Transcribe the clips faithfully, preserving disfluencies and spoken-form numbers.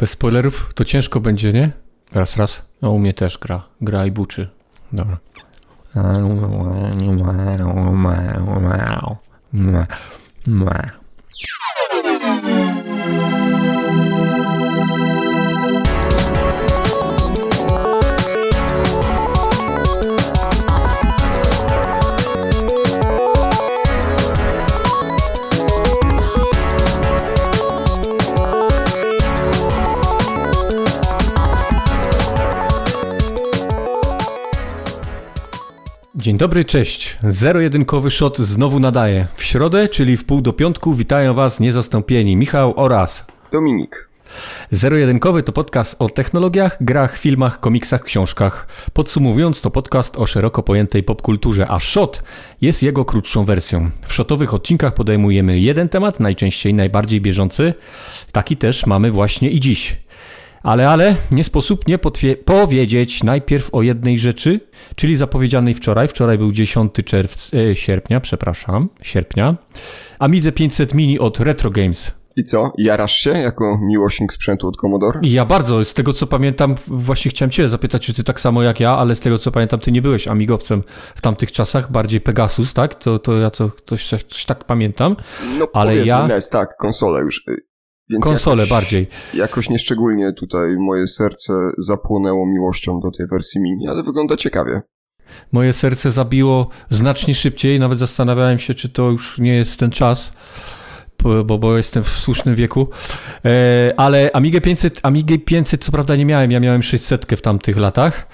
Bez spoilerów to ciężko będzie, nie? Raz, raz. No u mnie też gra. Gra i buczy. Dobra. Dzień dobry, cześć. Zero-jedynkowy shot znowu nadaje. W środę, czyli w pół do piątku, witają Was niezastąpieni Michał oraz Dominik. Zero-jedynkowy to podcast o technologiach, grach, filmach, komiksach, książkach. Podsumowując, to podcast o szeroko pojętej popkulturze, a shot jest jego krótszą wersją. W shotowych odcinkach podejmujemy jeden temat, najczęściej najbardziej bieżący. Taki też mamy właśnie i dziś. Ale, ale nie sposób nie potwie- powiedzieć najpierw o jednej rzeczy, czyli zapowiedzianej wczoraj. Wczoraj był dziesiątego czerwca, e, sierpnia, przepraszam, sierpnia. Amidze pięćset Mini od Retro Games. I co? Jarasz się jako miłośnik sprzętu od Commodore? Ja bardzo. Z tego co pamiętam, właśnie chciałem cię zapytać, czy ty tak samo jak ja, ale z tego co pamiętam, ty nie byłeś amigowcem w tamtych czasach, bardziej Pegasus, tak? To, to ja co, coś, coś tak pamiętam. No ale ja... N E S, tak, konsole już. Więc konsole jakoś, bardziej. Jakoś nieszczególnie tutaj moje serce zapłonęło miłością do tej wersji mini, ale wygląda ciekawie. Moje serce zabiło znacznie szybciej, nawet zastanawiałem się, czy to już nie jest ten czas, bo, bo jestem w słusznym wieku, e, ale Amigę pięćset, Amigę pięćset co prawda nie miałem, ja miałem sześćset w tamtych latach,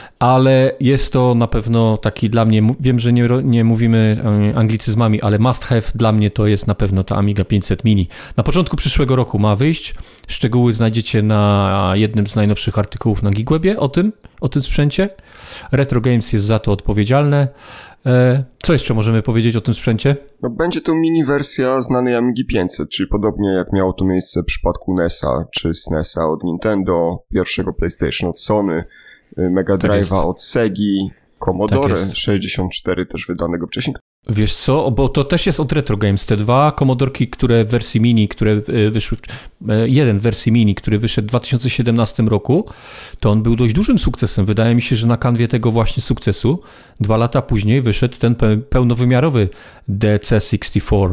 ale jest to na pewno taki dla mnie, wiem, że nie, nie mówimy anglicyzmami, ale must have dla mnie to jest na pewno ta Amiga pięćset Mini. Na początku przyszłego roku ma wyjść, szczegóły znajdziecie na jednym z najnowszych artykułów na Geekwebie o tym, o tym sprzęcie. Retro Games jest za to odpowiedzialne. Co jeszcze możemy powiedzieć o tym sprzęcie? No, będzie to mini wersja znanej Amigi pięćset, czyli podobnie jak miało to miejsce w przypadku N E S a czy S N E S a od Nintendo, pierwszego PlayStation od Sony, Mega Drive'a tak od Segi, Commodore tak sześćdziesiąt cztery też wydanego wcześniej. Wiesz co, bo to też jest od Retro Games, te dwa Commodorki, które w wersji mini, które wyszły, jeden w wersji mini, który wyszedł w dwa tysiące siedemnastym roku, to on był dość dużym sukcesem. Wydaje mi się, że na kanwie tego właśnie sukcesu dwa lata później wyszedł ten pełnowymiarowy D C sześćdziesiąt cztery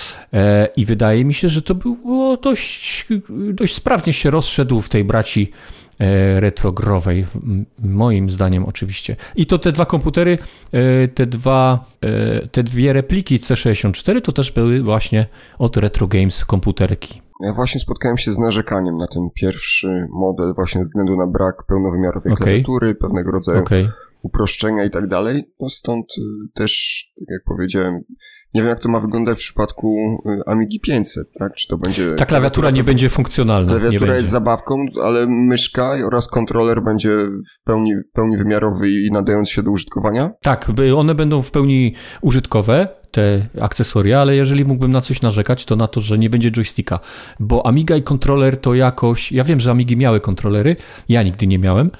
i wydaje mi się, że to było dość, dość sprawnie się rozszedł w tej braci retrogrowej, moim zdaniem oczywiście. I to te dwa komputery, te dwa, te dwie repliki C sześćdziesiąt cztery to też były właśnie od Retro Games komputerki. Ja właśnie spotkałem się z narzekaniem na ten pierwszy model właśnie ze względu na brak pełnowymiarowej okay. klawiatury, pewnego rodzaju okay. uproszczenia i tak dalej. No stąd też, tak jak powiedziałem, nie wiem, jak to ma wyglądać w przypadku Amigi pięćset, tak? Czy to będzie... Ta klawiatura, klawiatura nie będzie funkcjonalna. Klawiatura nie jest będzie. zabawką, ale myszka oraz kontroler będzie w pełni, w pełni wymiarowy i nadający się do użytkowania? Tak, one będą w pełni użytkowe, te akcesoria, ale jeżeli mógłbym na coś narzekać, to na to, że nie będzie joysticka, bo Amiga i kontroler to jakoś... Ja wiem, że Amigi miały kontrolery, ja nigdy nie miałem,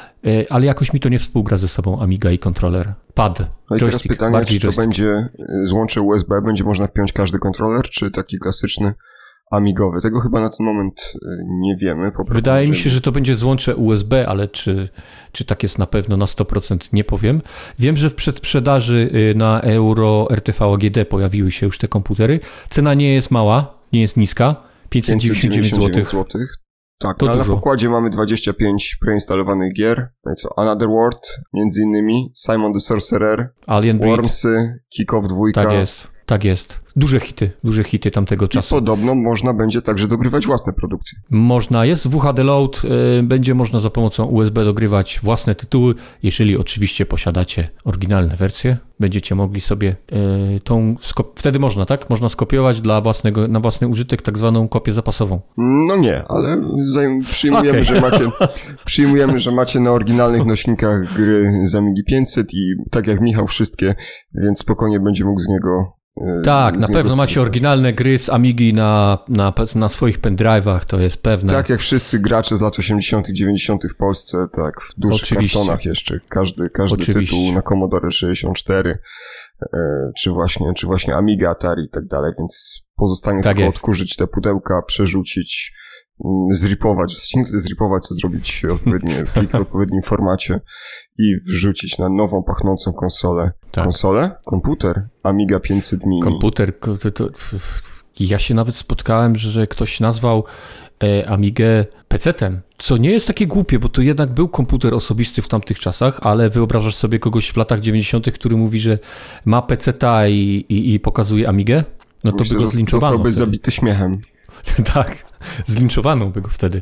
ale jakoś mi to nie współgra ze sobą Amiga i kontroler. Pad, no i joystick, teraz pytanie, czy to joystick. będzie złącze U S B, będzie można wpiąć każdy kontroler, czy taki klasyczny amigowy? Tego chyba na ten moment nie wiemy. Wydaje mi się, że to będzie złącze U S B, ale czy, czy tak jest na pewno na sto procent nie powiem. Wiem, że w przedsprzedaży na Euro R T V A G D pojawiły się już te komputery. Cena nie jest mała, nie jest niska, pięćset dziewięćdziesiąt dziewięć złotych. Tak, to no, ale na pokładzie mamy dwadzieścia pięć preinstalowanych gier. No i co? Another World, między innymi, Simon the Sorcerer, Alien Wormsy, Kick-Off dwa. Tak jest, tak jest. Duże hity, duże hity tamtego czasu. I podobno można będzie także dogrywać własne produkcje. Można, jest W H D Load, y, będzie można za pomocą U S B dogrywać własne tytuły, jeżeli oczywiście posiadacie oryginalne wersje, będziecie mogli sobie y, tą, skop- wtedy można, tak? Można skopiować dla własnego, na własny użytek tak zwaną kopię zapasową. No nie, ale zajm- przyjmujemy, okay. że macie, przyjmujemy, że macie na oryginalnych nośnikach gry z Amigi pięćset i tak jak Michał wszystkie, więc spokojnie będzie mógł z niego Tak, na pewno macie oryginalne gry z Amigi na, na, na swoich pendrive'ach, to jest pewne. Tak jak wszyscy gracze z lat osiemdziesiątych, dziewięćdziesiątych w Polsce, tak w dużych Oczywiście. kartonach jeszcze, każdy, każdy tytuł na Commodore sześćdziesiąt cztery, czy właśnie, czy właśnie Amiga, Atari i tak dalej, więc pozostanie tak tylko jest. odkurzyć te pudełka, przerzucić zripować, zripować, co zrobić odpowiednie plik w odpowiednim formacie i wrzucić na nową, pachnącą konsolę. Tak. Konsolę? Komputer? Amiga pięćset mini. Komputer. To, to, ja się nawet spotkałem, że ktoś nazwał e, Amigę pecetem, co nie jest takie głupie, bo to jednak był komputer osobisty w tamtych czasach, ale wyobrażasz sobie kogoś w latach dziewięćdziesiątych, który mówi, że ma peceta i, i, i pokazuje Amigę? No to Myślę, by go zlinczowano. Zostałby wtedy. zabity śmiechem. Tak, zlinczowano by go wtedy.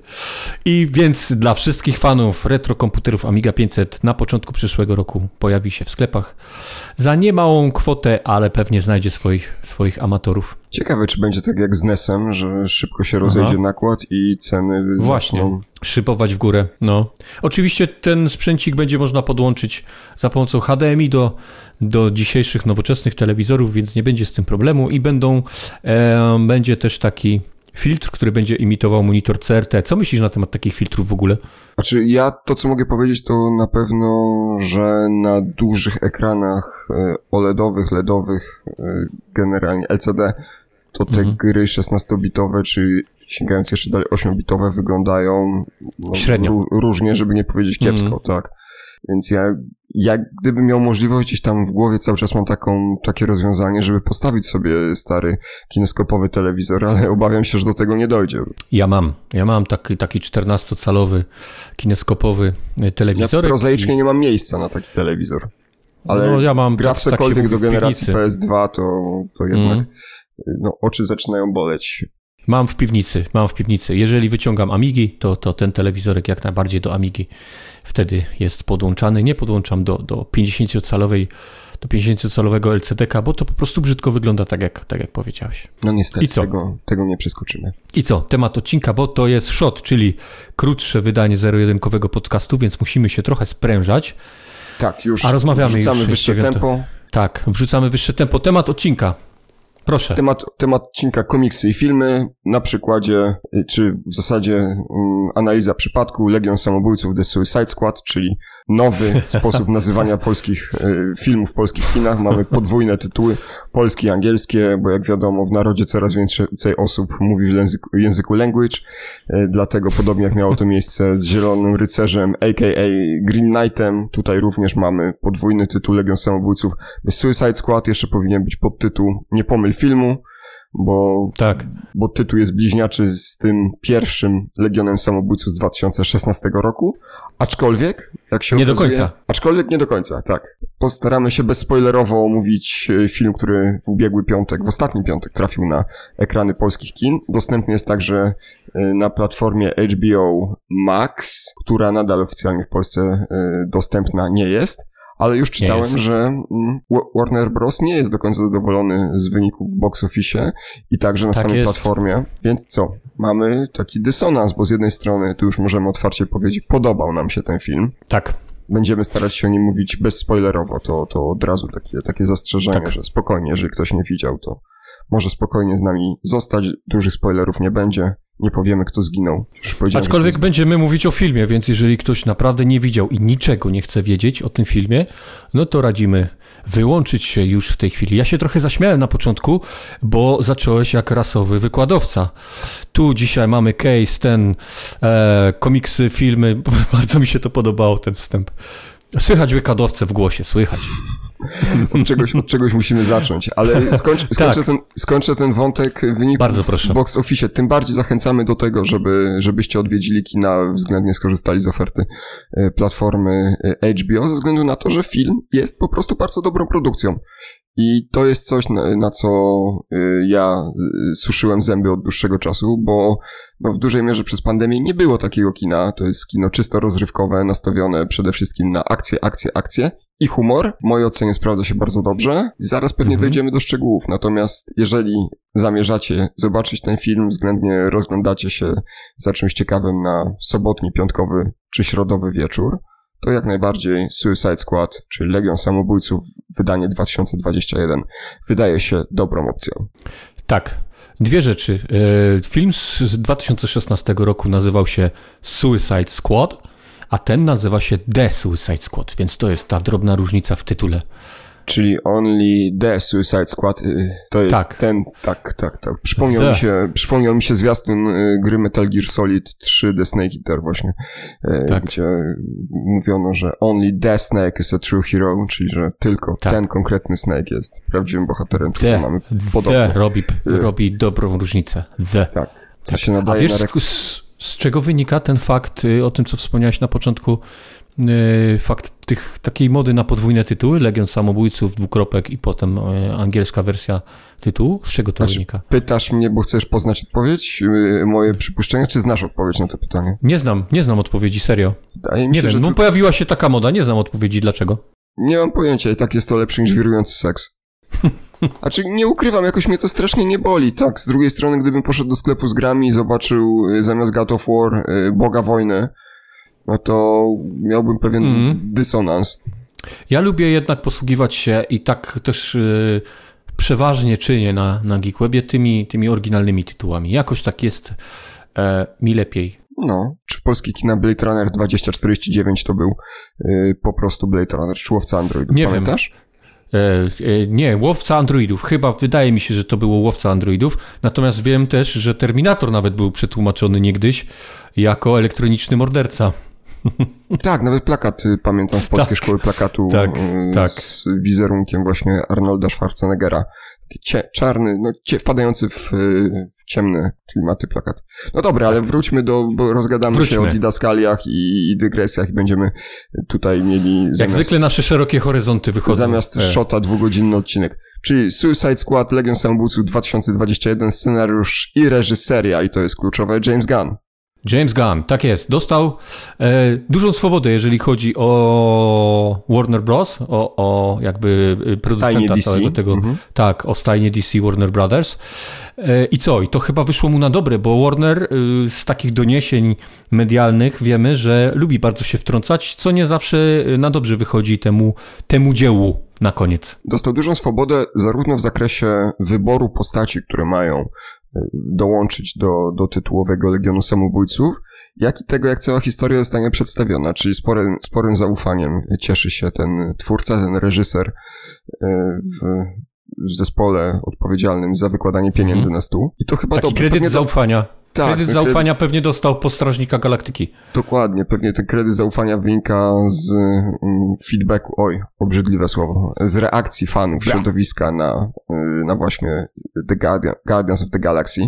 I więc dla wszystkich fanów retrokomputerów Amiga pięćset na początku przyszłego roku pojawi się w sklepach za niemałą kwotę, ale pewnie znajdzie swoich, swoich amatorów. Ciekawe, czy będzie tak jak z nesem, że szybko się rozejdzie Aha. nakład i ceny Właśnie, zaczną... szybować w górę. No. Oczywiście ten sprzęcik będzie można podłączyć za pomocą H D M I do, do dzisiejszych nowoczesnych telewizorów, więc nie będzie z tym problemu i będą, e, będzie też taki filtr, który będzie imitował monitor C R T. Co myślisz na temat takich filtrów w ogóle? Znaczy ja to, co mogę powiedzieć, to na pewno, że na dużych ekranach OLEDowych, LEDowych, generalnie L C D, to te mhm. gry szesnastobitowe, czy sięgając jeszcze dalej ośmiobitowe wyglądają no, średnio. Ró- różnie, żeby nie powiedzieć kiepsko, mhm. tak. Więc ja, ja gdybym miał możliwość, gdzieś tam w głowie cały czas mam taką, takie rozwiązanie, żeby postawić sobie stary kineskopowy telewizor, ale obawiam się, że do tego nie dojdzie. Ja mam, ja mam taki, taki czternastocalowy kineskopowy telewizor. Ja prozaicznie i... nie mam miejsca na taki telewizor. Ale no, ja mam gra w cokolwiek tak do generacji P S dwa, to, to jednak mm. no, oczy zaczynają boleć. Mam w piwnicy, mam w piwnicy. Jeżeli wyciągam Amigi, to, to ten telewizorek jak najbardziej do Amigi wtedy jest podłączany. Nie podłączam do, do pięćdziesięciocalowej, do pięćdziesięciocalowego L C D ka, bo to po prostu brzydko wygląda tak jak, tak jak powiedziałeś. No niestety, I co? Tego, tego nie przeskoczymy. I co? Temat odcinka, bo to jest shot, czyli krótsze wydanie zero-jedynkowego podcastu, więc musimy się trochę sprężać. Tak, już A rozmawiamy wrzucamy już, wyższe tempo. To, tak, wrzucamy wyższe tempo. Temat odcinka. Proszę. Temat, temat odcinka komiksy i filmy na przykładzie, czy w zasadzie um, analiza przypadku Legion Samobójców The Suicide Squad, czyli nowy sposób nazywania polskich e, filmów w polskich kinach. Mamy podwójne tytuły, polskie i angielskie, bo jak wiadomo w narodzie coraz więcej osób mówi w języku, języku language, e, dlatego podobnie jak miało to miejsce z Zielonym Rycerzem, a k a. Green Knightem, tutaj również mamy podwójny tytuł Legion Samobójców The Suicide Squad, jeszcze powinien być podtytuł Nie pomyl filmu, bo, tak. bo tytuł jest bliźniaczy z tym pierwszym Legionem Samobójców z dwa tysiące szesnastego roku, aczkolwiek, jak się nie okazuje... do końca. Aczkolwiek nie do końca, tak. Postaramy się bezspoilerowo omówić film, który w ubiegły piątek, w ostatni piątek trafił na ekrany polskich kin. Dostępny jest także na platformie H B O Max, która nadal oficjalnie w Polsce dostępna nie jest. Ale już czytałem, że Warner Bros. Nie jest do końca zadowolony z wyników w box office i także na tak samej jest. platformie. Więc co? Mamy taki dysonans, bo z jednej strony, tu już możemy otwarcie powiedzieć, podobał nam się ten film. Tak. Będziemy starać się o nim mówić bezspoilerowo, to, to od razu takie, takie zastrzeżenie, tak. że spokojnie, jeżeli ktoś nie widział, to może spokojnie z nami zostać, dużych spoilerów nie będzie. Nie powiemy, kto zginął. Aczkolwiek zginął. Będziemy mówić o filmie, więc jeżeli ktoś naprawdę nie widział i niczego nie chce wiedzieć o tym filmie, no to radzimy wyłączyć się już w tej chwili. Ja się trochę zaśmiałem na początku, bo zacząłeś jak rasowy wykładowca. Tu dzisiaj mamy case, ten e, komiksy, filmy. Bardzo mi się to podobało, ten wstęp. Słychać wykładowcę w głosie, słychać. Od czegoś, od czegoś musimy zacząć, ale skończę, skończę, tak. ten, skończę ten wątek wyników Bardzo proszę. w box office. Tym bardziej zachęcamy do tego, żeby, żebyście odwiedzili kina, względnie skorzystali z oferty platformy H B O, ze względu na to, że film jest po prostu bardzo dobrą produkcją. I to jest coś, na, na co ja suszyłem zęby od dłuższego czasu, bo no, w dużej mierze przez pandemię nie było takiego kina. To jest kino czysto rozrywkowe, nastawione przede wszystkim na akcje, akcje, akcje i humor. W mojej ocenie sprawdza się bardzo dobrze. Zaraz pewnie mhm. dojdziemy do szczegółów. Natomiast jeżeli zamierzacie zobaczyć ten film, względnie rozglądacie się za czymś ciekawym na sobotni, piątkowy czy środowy wieczór, to jak najbardziej Suicide Squad, czyli Legion Samobójców, wydanie dwa tysiące dwudziesty pierwszy, wydaje się dobrą opcją. Tak. Dwie rzeczy. Film z dwa tysiące szesnastego roku nazywał się Suicide Squad, a ten nazywa się The Suicide Squad, więc to jest ta drobna różnica w tytule. Czyli Only the Suicide Squad to jest tak. ten, tak, tak, tak. Przypomniał the. mi się, przypomniał mi się zwiastun gry Metal Gear Solid trzy The Snake Eater właśnie, tak. Gdzie mówiono, że Only the Snake is a true hero, czyli że tylko tak. ten konkretny Snake jest prawdziwym bohaterem, którego mamy podobno. The robi, robi dobrą różnicę. The. Tak. To tak. się nadaje A wiesz, na rek- z, z czego wynika ten fakt, o tym co wspomniałeś na początku, fakt tych, takiej mody na podwójne tytuły, Legion Samobójców, dwukropek i potem angielska wersja tytułu? Z czego to znaczy, wynika? Pytasz mnie, bo chcesz poznać odpowiedź, moje przypuszczenia, czy znasz odpowiedź na to pytanie? Nie znam, nie znam odpowiedzi, serio. Wydaje mi nie się, wiem, no tylko... pojawiła się taka moda, nie znam odpowiedzi, dlaczego. Nie mam pojęcia i tak jest to lepszy niż wirujący seks. Znaczy, nie ukrywam, jakoś mnie to strasznie nie boli, tak. Z drugiej strony, gdybym poszedł do sklepu z grami i zobaczył zamiast God of War Boga Wojny, no to miałbym pewien mm. dysonans. Ja lubię jednak posługiwać się i tak też yy, przeważnie czynię na, na GeekWebie tymi, tymi oryginalnymi tytułami. Jakoś tak jest e, mi lepiej. No, czy w polskich kina Blade Runner dwadzieścia czterdzieści dziewięć to był yy, po prostu Blade Runner, czy Łowca Androidów, nie pamiętasz? Wiem. Nie, Łowca Androidów. Chyba wydaje mi się, że to było Łowca Androidów. Natomiast wiem też, że Terminator nawet był przetłumaczony niegdyś jako elektroniczny morderca. Tak, nawet plakat pamiętam z polskiej tak, szkoły plakatu tak, z tak. wizerunkiem właśnie Arnolda Schwarzeneggera. Cie, czarny, no cie, wpadający w, w ciemne klimaty plakat. No dobra, ale wróćmy do, bo rozgadamy wróćmy. się o didaskaliach i, i dygresjach i będziemy tutaj mieli... Jak zamiast, zwykle nasze szerokie horyzonty wychodzą. Zamiast e. shota dwugodzinny odcinek. Czyli Suicide Squad, Legion Samobójców dwa tysiące dwudziesty pierwszy, scenariusz i reżyseria i to jest kluczowe, James Gunn. James Gunn, tak jest. Dostał e, dużą swobodę, jeżeli chodzi o Warner Bros., o, o jakby producenta całego tego. Mhm. Tak, o stajnie D C Warner Brothers. E, I co? I to chyba wyszło mu na dobre, bo Warner e, z takich doniesień medialnych wiemy, że lubi bardzo się wtrącać, co nie zawsze na dobrze wychodzi temu, temu dziełu na koniec. Dostał dużą swobodę zarówno w zakresie wyboru postaci, które mają dołączyć do, do tytułowego Legionu Samobójców, jak i tego, jak cała historia zostanie przedstawiona, czyli sporym, sporym zaufaniem cieszy się ten twórca, ten reżyser w, w zespole odpowiedzialnym za wykładanie pieniędzy mm. na stół. I to chyba Taki dobrze. kredyt pewnie zaufania. Tak, kredyt zaufania kredyt... pewnie dostał po Strażnika Galaktyki. Dokładnie, pewnie ten kredyt zaufania wynika z um, feedbacku, oj, obrzydliwe słowo, z reakcji fanów ja. środowiska na, na właśnie The Guardian, Guardians of the Galaxy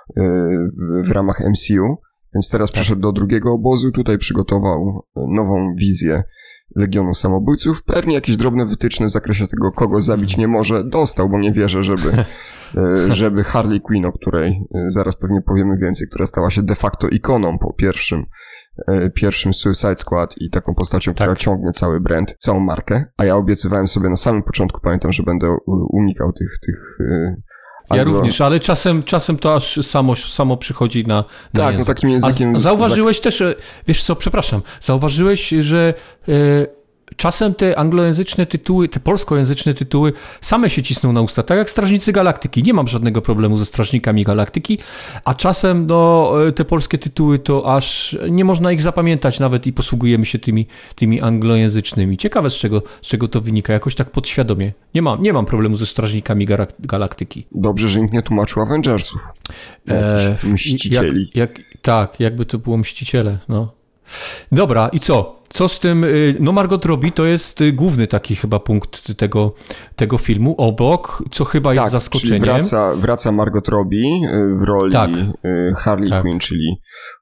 w, w ramach M C U, więc teraz tak. przeszedł do drugiego obozu, tutaj przygotował nową wizję Legionu Samobójców. Pewnie jakieś drobne wytyczne w zakresie tego, kogo zabić nie może, dostał, bo nie wierzę, żeby, żeby Harley Quinn, o której zaraz pewnie powiemy więcej, która stała się de facto ikoną po pierwszym, pierwszym Suicide Squad i taką postacią, tak. która ciągnie cały brand, całą markę, a ja obiecywałem sobie na samym początku, pamiętam, że będę unikał tych, tych Ja Anglo... również, ale czasem, czasem to aż samo, samo przychodzi na, na Tak, język. no takim językiem... A zauważyłeś też, wiesz co, przepraszam, zauważyłeś, że e, czasem te anglojęzyczne tytuły, te polskojęzyczne tytuły same się cisną na usta, tak jak Strażnicy Galaktyki. Nie mam żadnego problemu ze Strażnikami Galaktyki, a czasem no, te polskie tytuły to aż nie można ich zapamiętać nawet i posługujemy się tymi, tymi anglojęzycznymi. Ciekawe z czego, z czego to wynika, jakoś tak podświadomie. Nie mam, nie mam problemu ze Strażnikami Galaktyki. Dobrze, że nikt nie tłumaczył Avengersów. E, Mścicieli. Jak, jak, tak, jakby to było Mściciele, no. Dobra, i co? Co z tym? No Margot Robbie to jest główny taki chyba punkt tego, tego filmu, obok, co chyba tak, jest zaskoczeniem. Czyli wraca, wraca Margot Robbie w roli tak. Harley tak. Quinn, czyli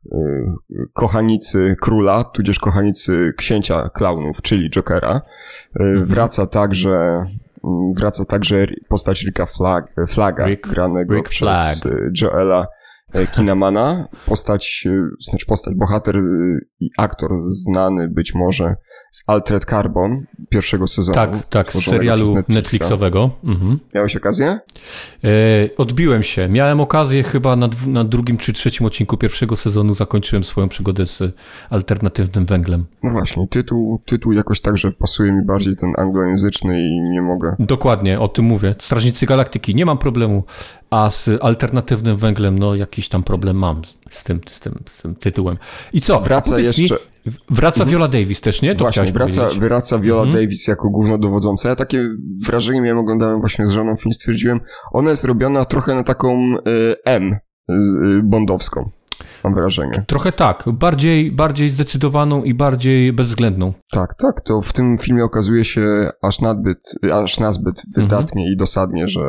kochanicy króla, tudzież kochanicy księcia klaunów, czyli Jokera. Mhm. Wraca także wraca także postać Ricka Flag, Flaga, Rick, granego Rick przez Flag. Joela Kinamana, postać, znaczy postać, bohater i aktor znany być może z Altered Carbon pierwszego sezonu. Tak, tak, z serialu Netflixa. Netflixowego. Mhm. Miałeś okazję? E, odbiłem się. Miałem okazję chyba na, na drugim czy trzecim odcinku pierwszego sezonu zakończyłem swoją przygodę z alternatywnym węglem. No właśnie, tytuł, tytuł jakoś tak, że pasuje mi bardziej ten anglojęzyczny i nie mogę... Dokładnie, o tym mówię. Strażnicy Galaktyki, nie mam problemu. a z alternatywnym węglem, no jakiś tam problem mam z tym, z tym, z tym tytułem. I co? Wraca jeszcze... Mi, wraca Viola Davis też, nie? To właśnie, wraca, wraca Viola mhm. Davis jako głównodowodząca. Ja takie wrażenie miałem, oglądałem właśnie z żoną film, stwierdziłem, ona jest robiona trochę na taką y, M y, bondowską. Mam wrażenie. Trochę tak, bardziej, bardziej zdecydowaną i bardziej bezwzględną. Tak, tak, to w tym filmie okazuje się aż nadbyt, aż nazbyt wydatnie mhm. i dosadnie, że,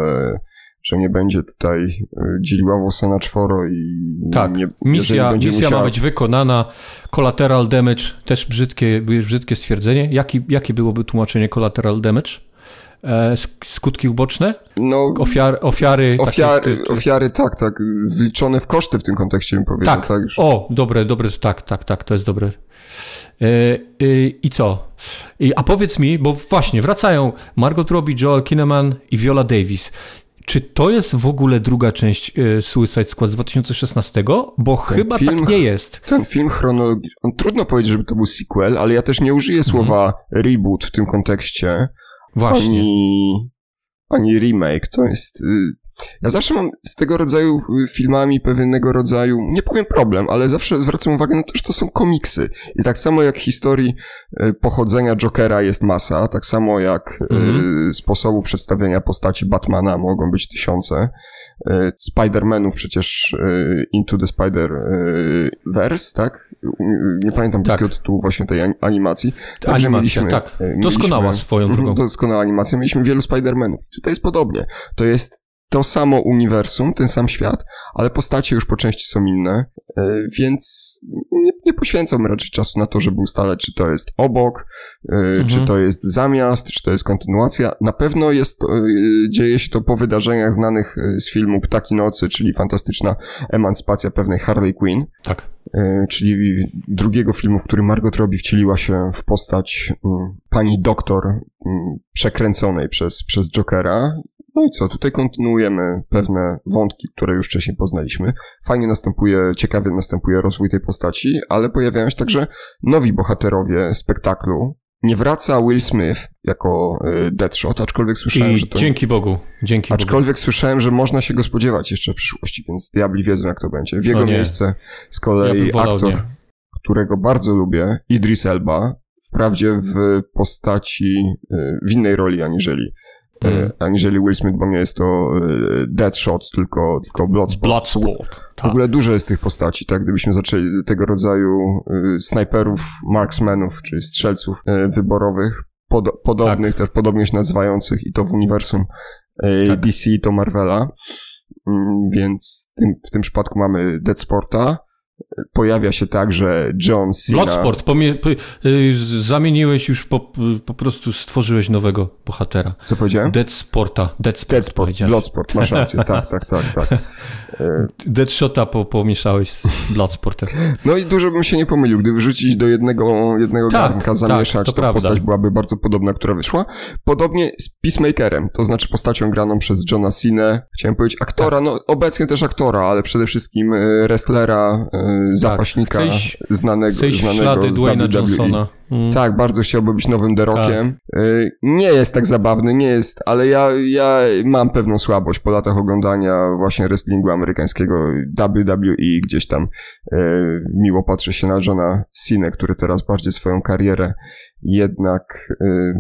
że nie będzie tutaj dzieliła włosa na czworo i tak, nie, misja, misja musiała... ma być wykonana, collateral damage, też brzydkie, brzydkie stwierdzenie. Jaki, jakie byłoby tłumaczenie collateral damage? E, skutki uboczne? No, Ofiar, ofiary... Ofiary, takie, ty, ty... ofiary, tak, tak, wliczone w koszty w tym kontekście bym powiedział. Tak, tak że... o, dobre, dobre, tak, tak, tak, to jest dobre. E, e, I co? I, a powiedz mi, bo właśnie wracają Margot Robbie, Joel Kinnaman i Viola Davis. Czy to jest w ogóle druga część y, Suicide Squad z dwa tysiące szesnastego? Bo ten chyba film, tak nie jest. Ten film chronologiczny, trudno powiedzieć, żeby to był sequel, ale ja też nie użyję słowa mm. reboot w tym kontekście. Właśnie. Ani, ani remake. To jest... Y, ja zawsze mam z tego rodzaju filmami pewnego rodzaju, nie powiem problem, ale zawsze zwracam uwagę na to, że to są komiksy. I tak samo jak historii pochodzenia Jokera jest masa, tak samo jak mm-hmm. sposobu przedstawienia postaci Batmana mogą być tysiące. Spider-Manów przecież Into the Spider-Verse, tak? Nie pamiętam polskiego tak. tytułu właśnie tej animacji. Ta animacja, mieliśmy, tak. Doskonała mieliśmy, swoją drogą. Doskonała animacja. Mieliśmy wielu Spider-Manów. Tutaj jest podobnie. To jest to samo uniwersum, ten sam świat, ale postacie już po części są inne, więc nie, nie poświęcam raczej czasu na to, żeby ustalać, czy to jest obok, mhm. czy to jest zamiast, czy to jest kontynuacja. Na pewno jest, dzieje się to po wydarzeniach znanych z filmu Ptaki Nocy, czyli fantastyczna emancypacja pewnej Harley Quinn. Tak. Czyli drugiego filmu, w którym Margot Robbie wcieliła się w postać um, pani doktor um, przekręconej przez, przez Jokera. No i co, tutaj kontynuujemy pewne wątki, które już wcześniej poznaliśmy. Fajnie następuje, ciekawie następuje rozwój tej postaci, ale pojawiają się także nowi bohaterowie spektaklu. Nie wraca Will Smith jako y, Deadshot, aczkolwiek słyszałem, I że to... dzięki Bogu, dzięki Aczkolwiek Bogu. słyszałem, że można się go spodziewać jeszcze w przyszłości, więc diabli wiedzą, jak to będzie. W jego miejsce z kolei ja aktor, nie. którego bardzo lubię, Idris Elba, wprawdzie w postaci, y, w innej roli aniżeli Hmm. aniżeli Will Smith, bo nie jest to Deadshot, tylko, tylko Bloodsport. Bloodsport. W ogóle dużo jest tych postaci, tak? Gdybyśmy zaczęli tego rodzaju y, snajperów, marksmanów, czyli strzelców y, wyborowych, pod, podobnych, tak. też podobnie się nazywających i to w uniwersum y, tak. D C, to Marvela. Y, więc tym, w tym przypadku mamy Deadsporta. Pojawia się także John Cena. Bloodsport, pomie- po, y, zamieniłeś już, po, po prostu stworzyłeś nowego bohatera. Co powiedziałem? Deadsporta. Deadsport, Deadsport, Bloodsport, masz rację, tak, tak, tak, tak. Deadshota po, pomieszałeś z Bloodsportem. No i dużo bym się nie pomylił, gdyby wrzucić do jednego, jednego tak, garnka, zamieszać, tak, to, to postać byłaby bardzo podobna, która wyszła. Podobnie z Peacemakerem, to znaczy postacią graną przez Johna Cenę, chciałem powiedzieć aktora, tak. no obecnie też aktora, ale przede wszystkim wrestlera, zapaśnika tak. chcesz, znanego, chcesz znanego ślady z Dwayna W W E. Johnsona. Mm. Tak, bardzo chciałby być nowym The Rockiem. Tak. Nie jest tak zabawny, nie jest, ale ja, ja mam pewną słabość po latach oglądania właśnie wrestlingu amerykańskiego W W E, gdzieś tam miło patrzę się na Johna Cenę, który teraz bardziej swoją karierę jednak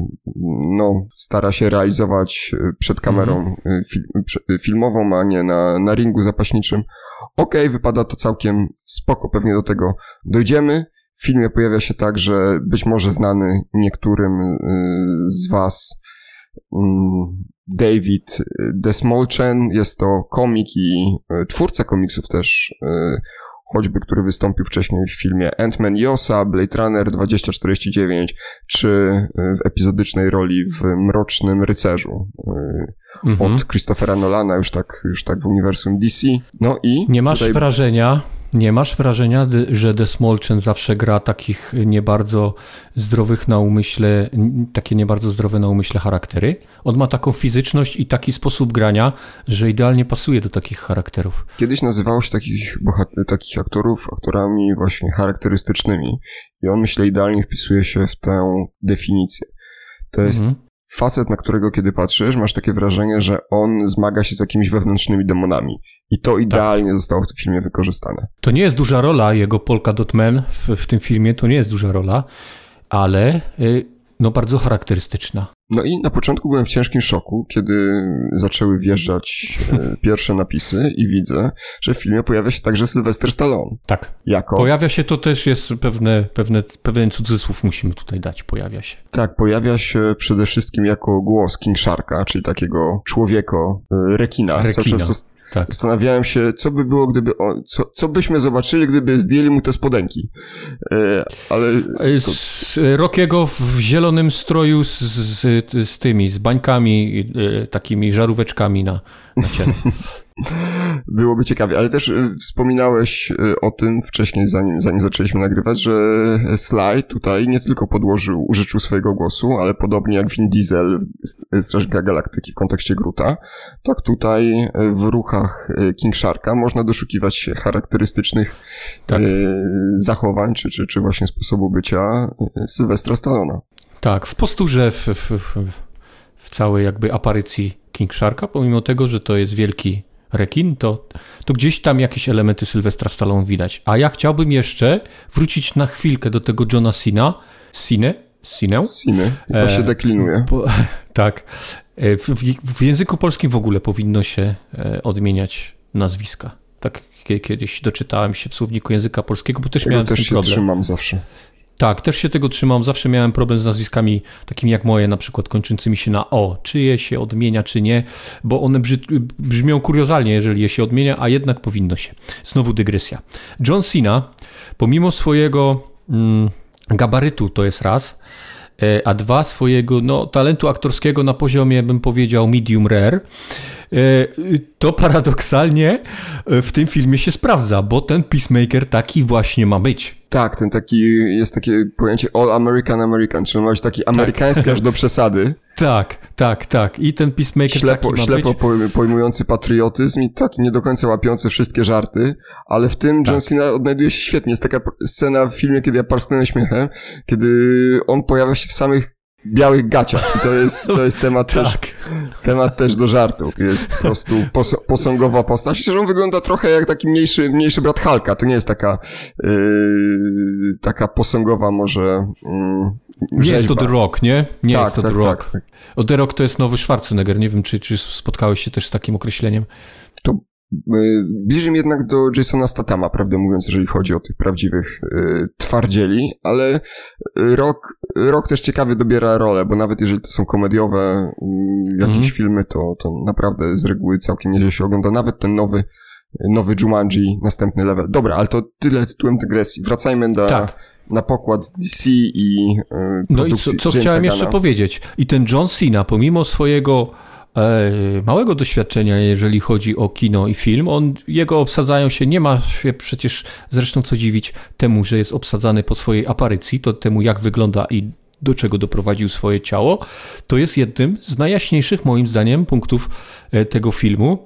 no, stara się realizować przed kamerą mm. fil, filmową, a nie na, na ringu zapaśniczym. Okej, okay, wypada to całkiem spoko, pewnie do tego dojdziemy. W filmie pojawia się także być może znany niektórym z was David Desmolchen. Jest to komik i twórca komiksów też, choćby który wystąpił wcześniej w filmie Ant-Man i Osa, Blade Runner dwadzieścia czterdzieści dziewięć, czy w epizodycznej roli w Mrocznym Rycerzu mhm. od Christophera Nolana, już tak, już tak w uniwersum D C. No i nie masz tutaj... wrażenia, nie masz wrażenia, że Desmolchen zawsze gra takich nie bardzo zdrowych na umyśle, takie nie bardzo zdrowe na umyśle charaktery? On ma taką fizyczność i taki sposób grania, że idealnie pasuje do takich charakterów. Kiedyś nazywało się takich, bohat- takich aktorów aktorami właśnie charakterystycznymi i on, myślę, idealnie wpisuje się w tę definicję. To jest, mhm. facet, na którego kiedy patrzysz, masz takie wrażenie, że on zmaga się z jakimiś wewnętrznymi demonami. I to idealnie tak. zostało w tym filmie wykorzystane. To nie jest duża rola jego Polka Dot Man w, w tym filmie, to nie jest duża rola, ale y, no bardzo charakterystyczna. No i na początku byłem w ciężkim szoku, kiedy zaczęły wjeżdżać e, pierwsze napisy i widzę, że w filmie pojawia się także Sylwester Stallone. Tak. Jako... Pojawia się, to też jest pewne, pewne, pewien cudzysłów musimy tutaj dać, pojawia się. Tak, pojawia się przede wszystkim jako głos King Sharka, czyli takiego człowieko e, rekina. Rekina. Co często Tak. Zastanawiałem się, co by było, gdyby on, co, co byśmy zobaczyli, gdyby zdjęli mu te spodenki. E, ale... To... Z Rockiego w zielonym stroju z, z, z tymi, z bańkami, e, takimi żaróweczkami na, na ciele. Byłoby ciekawie, ale też y, wspominałeś y, o tym wcześniej, zanim, zanim zaczęliśmy nagrywać, że Sly tutaj nie tylko podłożył, użyczył swojego głosu, ale podobnie jak Vin Diesel w Strażnika Galaktyki w kontekście Groota, tak tutaj y, w ruchach y, King Sharka można doszukiwać się charakterystycznych tak. y, zachowań, czy, czy, czy właśnie sposobu bycia y, Sylwestra Stallona. Tak, w posturze, w, w, w, w całej jakby aparycji King Sharka, pomimo tego, że to jest wielki rekin, to, to gdzieś tam jakieś elementy Sylwestra Stallone widać. A ja chciałbym jeszcze wrócić na chwilkę do tego Johna Cena. Cine? Cinę? Cine. To się deklinuje. Po, tak. W, w, w języku polskim w ogóle powinno się odmieniać nazwiska. Tak kiedyś doczytałem się w słowniku języka polskiego, bo też Tego miałem też z tym się problem. trzymam zawsze. Tak, też się tego trzymam. Zawsze miałem problem z nazwiskami takimi jak moje, na przykład kończącymi się na o. Czy je się odmienia, czy nie, bo one brzy, brzmią kuriozalnie, jeżeli je się odmienia, a jednak powinno się. Znowu dygresja. John Cena, pomimo swojego mm, gabarytu, to jest raz, a dwa, swojego no, talentu aktorskiego na poziomie, bym powiedział, medium rare, to paradoksalnie w tym filmie się sprawdza, bo ten Peacemaker taki właśnie ma być. Tak, ten taki, jest takie pojęcie All American American, czyli ma być taki amerykański tak. aż do przesady. Tak, tak, tak. I ten Peacemaker ślepo, taki ma ślepo być. pojmujący patriotyzm i taki nie do końca łapiący wszystkie żarty, ale w tym tak. John Cena odnajduje się świetnie. Jest taka scena w filmie, kiedy ja parsknąłem śmiechem, kiedy on pojawia się w samych białych gaciach i to jest, to jest temat tak. też temat też do żartów. Jest po prostu pos- posągowa postać, że on wygląda trochę jak taki mniejszy, mniejszy brat Hulka. To nie jest taka yy, taka posągowa może yy, nie jest to The Rock, nie? Nie tak, jest to tak, The Rock. Tak, tak. O, The Rock to jest nowy Schwarzenegger. Nie wiem, czy, czy spotkałeś się też z takim określeniem. To yy, bliżej mi jednak do Jasona Stathama, prawdę mówiąc, jeżeli chodzi o tych prawdziwych yy, twardzieli, ale Rock, Rock też ciekawie dobiera rolę, bo nawet jeżeli to są komediowe yy, jakieś mm. filmy, to, to naprawdę z reguły całkiem nieźle się ogląda. Nawet ten nowy nowy Jumanji, następny level. Dobra, ale to tyle tytułem dygresji. Wracajmy do... Tak. na pokład D C i yy, no i co, co chciałem jeszcze powiedzieć. I ten John Cena, pomimo swojego e, małego doświadczenia, jeżeli chodzi o kino i film, on, jego obsadzają się, nie ma się przecież zresztą co dziwić temu, że jest obsadzany po swojej aparycji, to temu jak wygląda i do czego doprowadził swoje ciało, to jest jednym z najjaśniejszych moim zdaniem punktów e, tego filmu.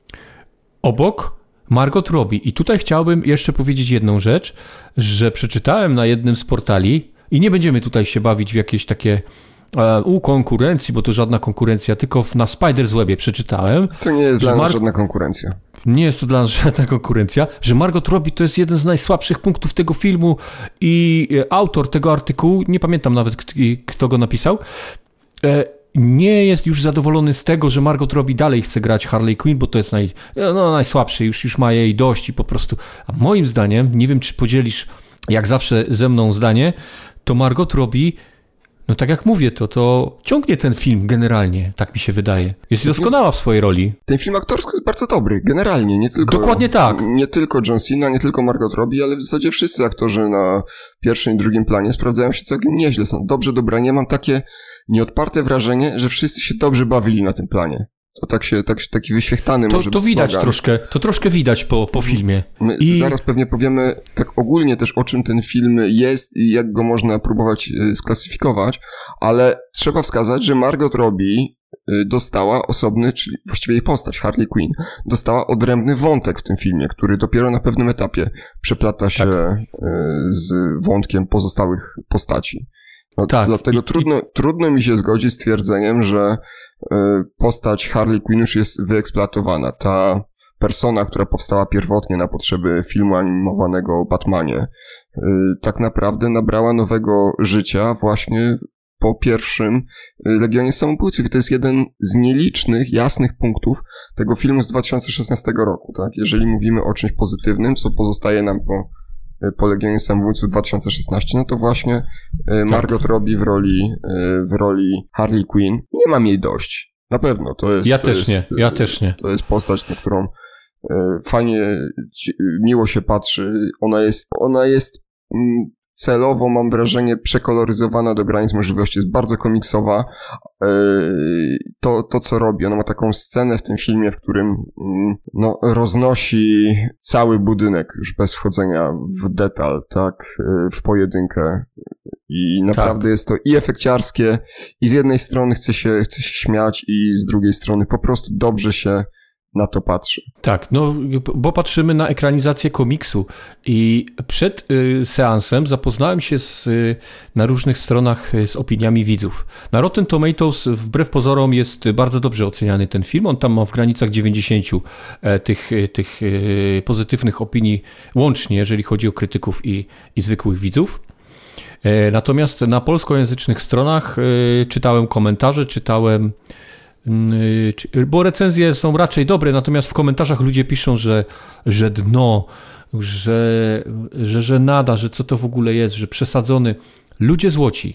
Obok Margot Robbie. I tutaj chciałbym jeszcze powiedzieć jedną rzecz, że przeczytałem na jednym z portali i nie będziemy tutaj się bawić w jakieś takie e, u konkurencji, bo to żadna konkurencja, tylko na Spider's Webie przeczytałem. To nie jest dla nas Mar- żadna konkurencja. Nie jest to dla nas żadna konkurencja, że Margot Robbie to jest jeden z najsłabszych punktów tego filmu i autor tego artykułu, nie pamiętam nawet kto go napisał, e, nie jest już zadowolony z tego, że Margot Robbie dalej chce grać Harley Quinn, bo to jest naj, no, najsłabszy, już, już ma jej dość i po prostu. A moim zdaniem, nie wiem czy podzielisz jak zawsze ze mną zdanie, to Margot Robbie, no tak jak mówię, to, to ciągnie ten film generalnie, tak mi się wydaje. Jest doskonała w swojej roli. Ten film aktorski jest bardzo dobry, generalnie, nie tylko... Dokładnie tak. Nie tylko John Cena, nie tylko Margot Robbie, ale w zasadzie wszyscy aktorzy na pierwszym i drugim planie sprawdzają się całkiem nieźle, są dobrze dobrani. Mam takie nieodparte wrażenie, że wszyscy się dobrze bawili na tym planie. To tak się, tak, taki wyświechtany to, może to być widać slogan. troszkę, to troszkę widać po, po filmie. My I... zaraz pewnie powiemy tak ogólnie też o czym ten film jest i jak go można próbować sklasyfikować, ale trzeba wskazać, że Margot Robbie dostała osobny, czyli właściwie jej postać, Harley Quinn, dostała odrębny wątek w tym filmie, który dopiero na pewnym etapie przeplata się tak. z wątkiem pozostałych postaci. No, tak. Dlatego I, trudno, i... trudno mi się zgodzić z twierdzeniem, że y, postać Harley Quinn już jest wyeksploatowana. Ta persona, która powstała pierwotnie na potrzeby filmu animowanego o Batmanie, y, tak naprawdę nabrała nowego życia właśnie po pierwszym Legionie Samobójców. I to jest jeden z nielicznych, jasnych punktów tego filmu z dwa tysiące szesnastego roku. Tak? Jeżeli mówimy o czymś pozytywnym, co pozostaje nam po, po Legionie Samobójców dwa tysiące szesnastego, no to właśnie Margot tak. Robbie w roli, w roli Harley Quinn. Nie mam jej dość. Na pewno. To jest, ja to też jest, nie. Ja też nie. To jest postać, na którą fajnie, miło się patrzy. Ona jest, ona jest celowo, mam wrażenie, przekoloryzowana do granic możliwości. Jest bardzo komiksowa. To, to co robi, ona ma taką scenę w tym filmie, w którym no, roznosi cały budynek, już bez wchodzenia w detal, tak, w pojedynkę. I naprawdę tak. jest to i efekciarskie, i z jednej strony chce się, chce się śmiać, i z drugiej strony po prostu dobrze się na to patrzy. Tak, no bo patrzymy na ekranizację komiksu i przed y, seansem zapoznałem się z, y, na różnych stronach z opiniami widzów. Na Rotten Tomatoes wbrew pozorom jest bardzo dobrze oceniany ten film. On tam ma w granicach dziewięćdziesiąt e, tych, tych e, pozytywnych opinii łącznie, jeżeli chodzi o krytyków i, i zwykłych widzów. E, natomiast na polskojęzycznych stronach e, czytałem komentarze, czytałem bo recenzje są raczej dobre, natomiast w komentarzach ludzie piszą, że, że dno, że, że żenada, że co to w ogóle jest, że przesadzony. Ludzie złoci.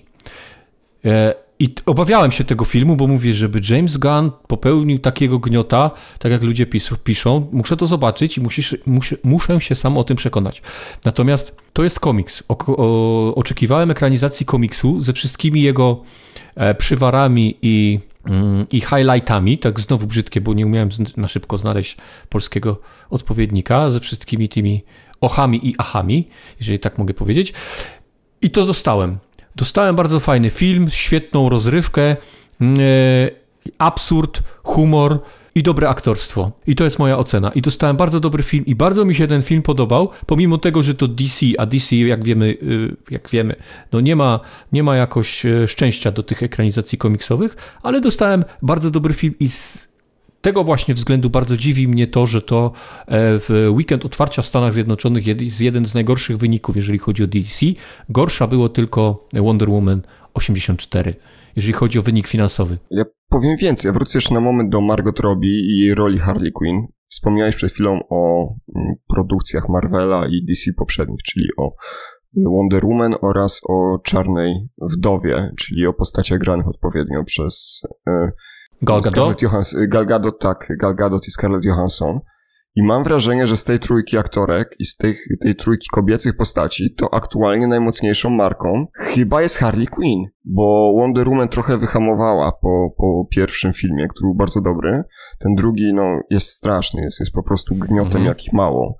I obawiałem się tego filmu, bo mówię, żeby James Gunn popełnił takiego gniota, tak jak ludzie pis- piszą, muszę to zobaczyć i musisz, muszę, muszę się sam o tym przekonać. Natomiast to jest komiks. O, o, oczekiwałem ekranizacji komiksu ze wszystkimi jego e, przywarami i i highlightami, tak znowu brzydkie, bo nie umiałem na szybko znaleźć polskiego odpowiednika, ze wszystkimi tymi ochami i achami, jeżeli tak mogę powiedzieć. I to dostałem. Dostałem bardzo fajny film, świetną rozrywkę, yy, absurd, humor i dobre aktorstwo. I to jest moja ocena. I dostałem bardzo dobry film i bardzo mi się ten film podobał, pomimo tego, że to D C, a D C, jak wiemy, jak wiemy, no nie ma, nie ma jakoś szczęścia do tych ekranizacji komiksowych, ale dostałem bardzo dobry film i z tego właśnie względu bardzo dziwi mnie to, że to w weekend otwarcia w Stanach Zjednoczonych jest jeden z najgorszych wyników, jeżeli chodzi o D C. Gorsza było tylko Wonder Woman osiemdziesiąt cztery. Jeżeli chodzi o wynik finansowy. Ja powiem więcej, ja wrócę jeszcze na moment do Margot Robbie i jej roli Harley Quinn. Wspomniałeś przed chwilą o produkcjach Marvela i D C poprzednich, czyli o Wonder Woman oraz o Czarnej Wdowie, czyli o postaciach granych odpowiednio przez Gal Gadot? Gal Gadot, tak, Gal Gadot i Scarlett Johansson. I mam wrażenie, że z tej trójki aktorek i z tej, tej trójki kobiecych postaci, to aktualnie najmocniejszą marką chyba jest Harley Quinn, bo Wonder Woman trochę wyhamowała po, po pierwszym filmie, który był bardzo dobry. Ten drugi, no, jest straszny, jest, jest po prostu gniotem mhm. jak ich mało.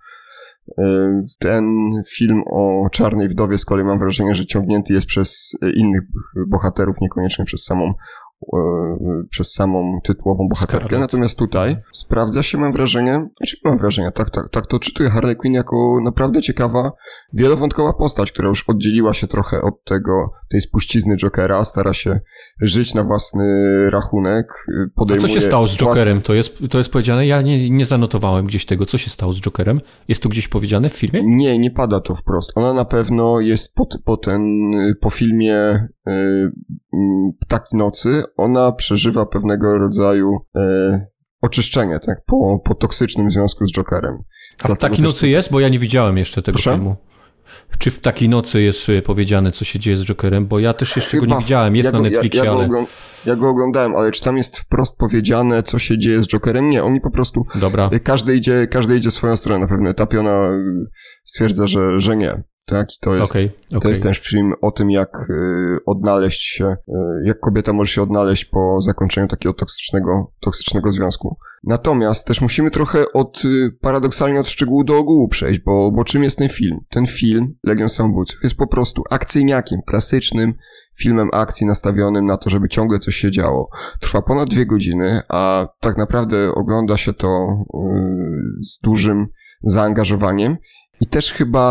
Ten film o Czarnej Wdowie z kolei mam wrażenie, że ciągnięty jest przez innych bohaterów, niekoniecznie przez samą przez samą tytułową bohaterkę. Scarlett. Natomiast tutaj sprawdza się, mam wrażenie, znaczy mam wrażenie, tak, tak, tak to czytuję Harley Quinn jako naprawdę ciekawa, wielowątkowa postać, która już oddzieliła się trochę od tego, tej spuścizny Jokera, stara się żyć na własny rachunek, podejmuje... A co się stało z Jokerem? Własny... To jest, to jest powiedziane? Ja nie, nie zanotowałem gdzieś tego. Co się stało z Jokerem? Jest to gdzieś powiedziane w filmie? Nie, nie pada to wprost. Ona na pewno jest po, po, ten, po filmie yy, Ptaki Nocy, ona przeżywa pewnego rodzaju e, oczyszczenie, tak, po, po toksycznym związku z Jokerem. A w Ptaki Nocy też... jest? Bo ja nie widziałem jeszcze tego Proszę? filmu. Czy w Takiej Nocy jest powiedziane, co się dzieje z Jokerem? Bo ja też jeszcze Chyba, go nie widziałem, jest ja go, na Netflixie, ja, ja ale... Go ogląd- ja go oglądałem, ale czy tam jest wprost powiedziane, co się dzieje z Jokerem? Nie, oni po prostu... Dobra. Każdy idzie, każdy idzie swoją stronę. Na pewnym etapie ona stwierdza, że, że nie. Tak, i to jest, okay, okay. to jest też film o tym, jak y, odnaleźć się, y, jak kobieta może się odnaleźć po zakończeniu takiego toksycznego, toksycznego związku. Natomiast też musimy trochę od, y, paradoksalnie od szczegółu do ogółu przejść, bo, bo czym jest ten film? Ten film, Legion Samobójców, jest po prostu akcyjniakiem, klasycznym filmem akcji nastawionym na to, żeby ciągle coś się działo. Trwa ponad dwie godziny, a tak naprawdę ogląda się to y, z dużym zaangażowaniem i też chyba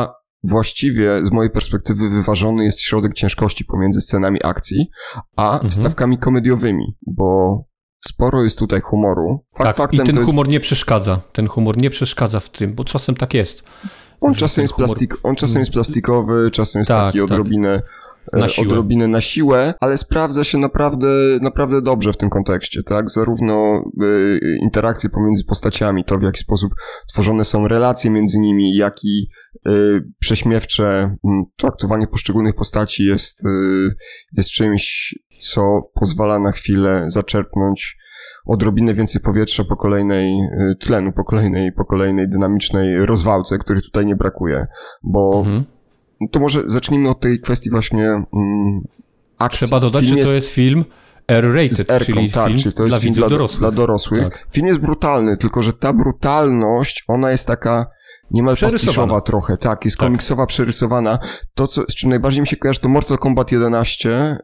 właściwie z mojej perspektywy wyważony jest środek ciężkości pomiędzy scenami akcji, a mhm. wstawkami komediowymi, bo sporo jest tutaj humoru. Fakt, tak, i ten humor jest... nie przeszkadza. Ten humor nie przeszkadza w tym, bo czasem tak jest. On czasem jest, humor... plastik... On czasem jest plastikowy, czasem jest tak, taki odrobinę... Tak. Na siłę. odrobinę na siłę, ale sprawdza się naprawdę, naprawdę dobrze w tym kontekście, tak? Zarówno y, interakcje pomiędzy postaciami, to w jaki sposób tworzone są relacje między nimi, jak i y, prześmiewcze y, traktowanie poszczególnych postaci jest, y, jest czymś, co pozwala na chwilę zaczerpnąć odrobinę więcej powietrza po kolejnej y, tlenu, po kolejnej, po kolejnej dynamicznej rozwałce, której tutaj nie brakuje, bo mhm. To może zacznijmy od tej kwestii właśnie mm, akcji. Trzeba dodać, film że to jest film R-rated, R-ką, czyli tak, film czyli to jest dla film widzów dla, dorosłych. Dla dorosłych. Tak. Film jest brutalny, tylko że ta brutalność, ona jest taka niemal pastiszowa trochę, tak, jest tak. komiksowa, przerysowana. To, co, z czym najbardziej mi się kojarzy, to Mortal Kombat jedenaście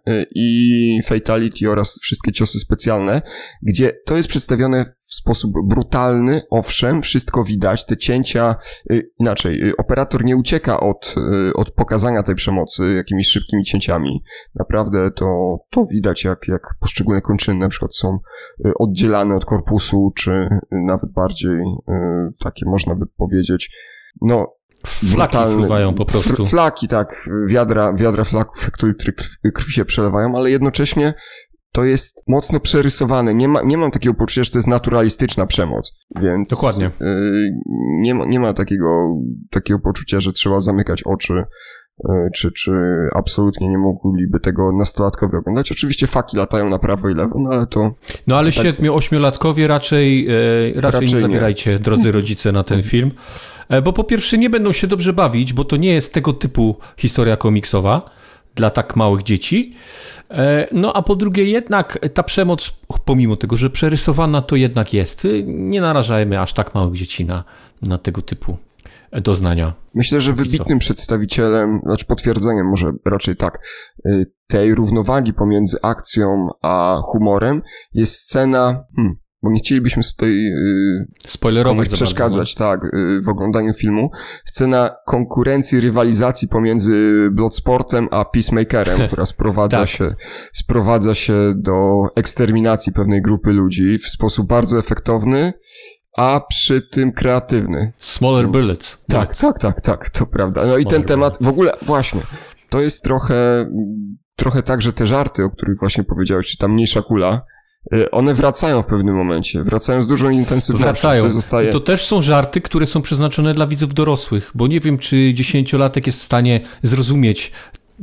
i Fatality oraz wszystkie ciosy specjalne, gdzie to jest przedstawione w sposób brutalny, owszem, wszystko widać, te cięcia, y, inaczej, y, operator nie ucieka od, y, od pokazania tej przemocy jakimiś szybkimi cięciami. Naprawdę to, to widać, jak, jak poszczególne kończyny na przykład są y, oddzielane od korpusu, czy y, nawet bardziej y, takie, można by powiedzieć, no, flaki fruwają po prostu. Flaki, tak, wiadra, wiadra flaków, które krwi, krwi się przelewają, ale jednocześnie to jest mocno przerysowane. Nie, ma, nie mam takiego poczucia, że to jest naturalistyczna przemoc. Więc dokładnie. Yy, nie ma, nie ma takiego, takiego poczucia, że trzeba zamykać oczy, yy, czy, czy absolutnie nie mogliby tego nastolatkowie oglądać. Oczywiście faki latają na prawo i lewo, no ale to... No ale tak, siedmiu-ośmiolatkowie raczej, yy, raczej, raczej nie zabierajcie, nie. drodzy rodzice, na ten film. Bo po pierwsze nie będą się dobrze bawić, bo to nie jest tego typu historia komiksowa dla tak małych dzieci. No a po drugie jednak ta przemoc, pomimo tego, że przerysowana, to jednak jest. Nie narażajmy aż tak małych dzieci na, na tego typu doznania. Myślę, że wybitnym przedstawicielem, znaczy potwierdzeniem może raczej tak, tej równowagi pomiędzy akcją a humorem jest scena... Hmm, bo nie chcielibyśmy tutaj yy, spoilerować przeszkadzać tak, yy, w oglądaniu filmu. Scena konkurencji, rywalizacji pomiędzy Bloodsportem a Peacemakerem, która sprowadza, tak. się, sprowadza się do eksterminacji pewnej grupy ludzi w sposób bardzo efektowny, a przy tym kreatywny. Smaller bullets. Tak, bullets. tak, tak, tak, to prawda. No Smaller i ten temat, bullets. W ogóle, właśnie, to jest trochę, trochę tak, że te żarty, o których właśnie powiedziałeś, czy ta mniejsza kula, one wracają w pewnym momencie, wracają z dużą intensywnością. Wracają. Zostaje... I to też są żarty, które są przeznaczone dla widzów dorosłych, bo nie wiem, czy dziesięciolatek jest w stanie zrozumieć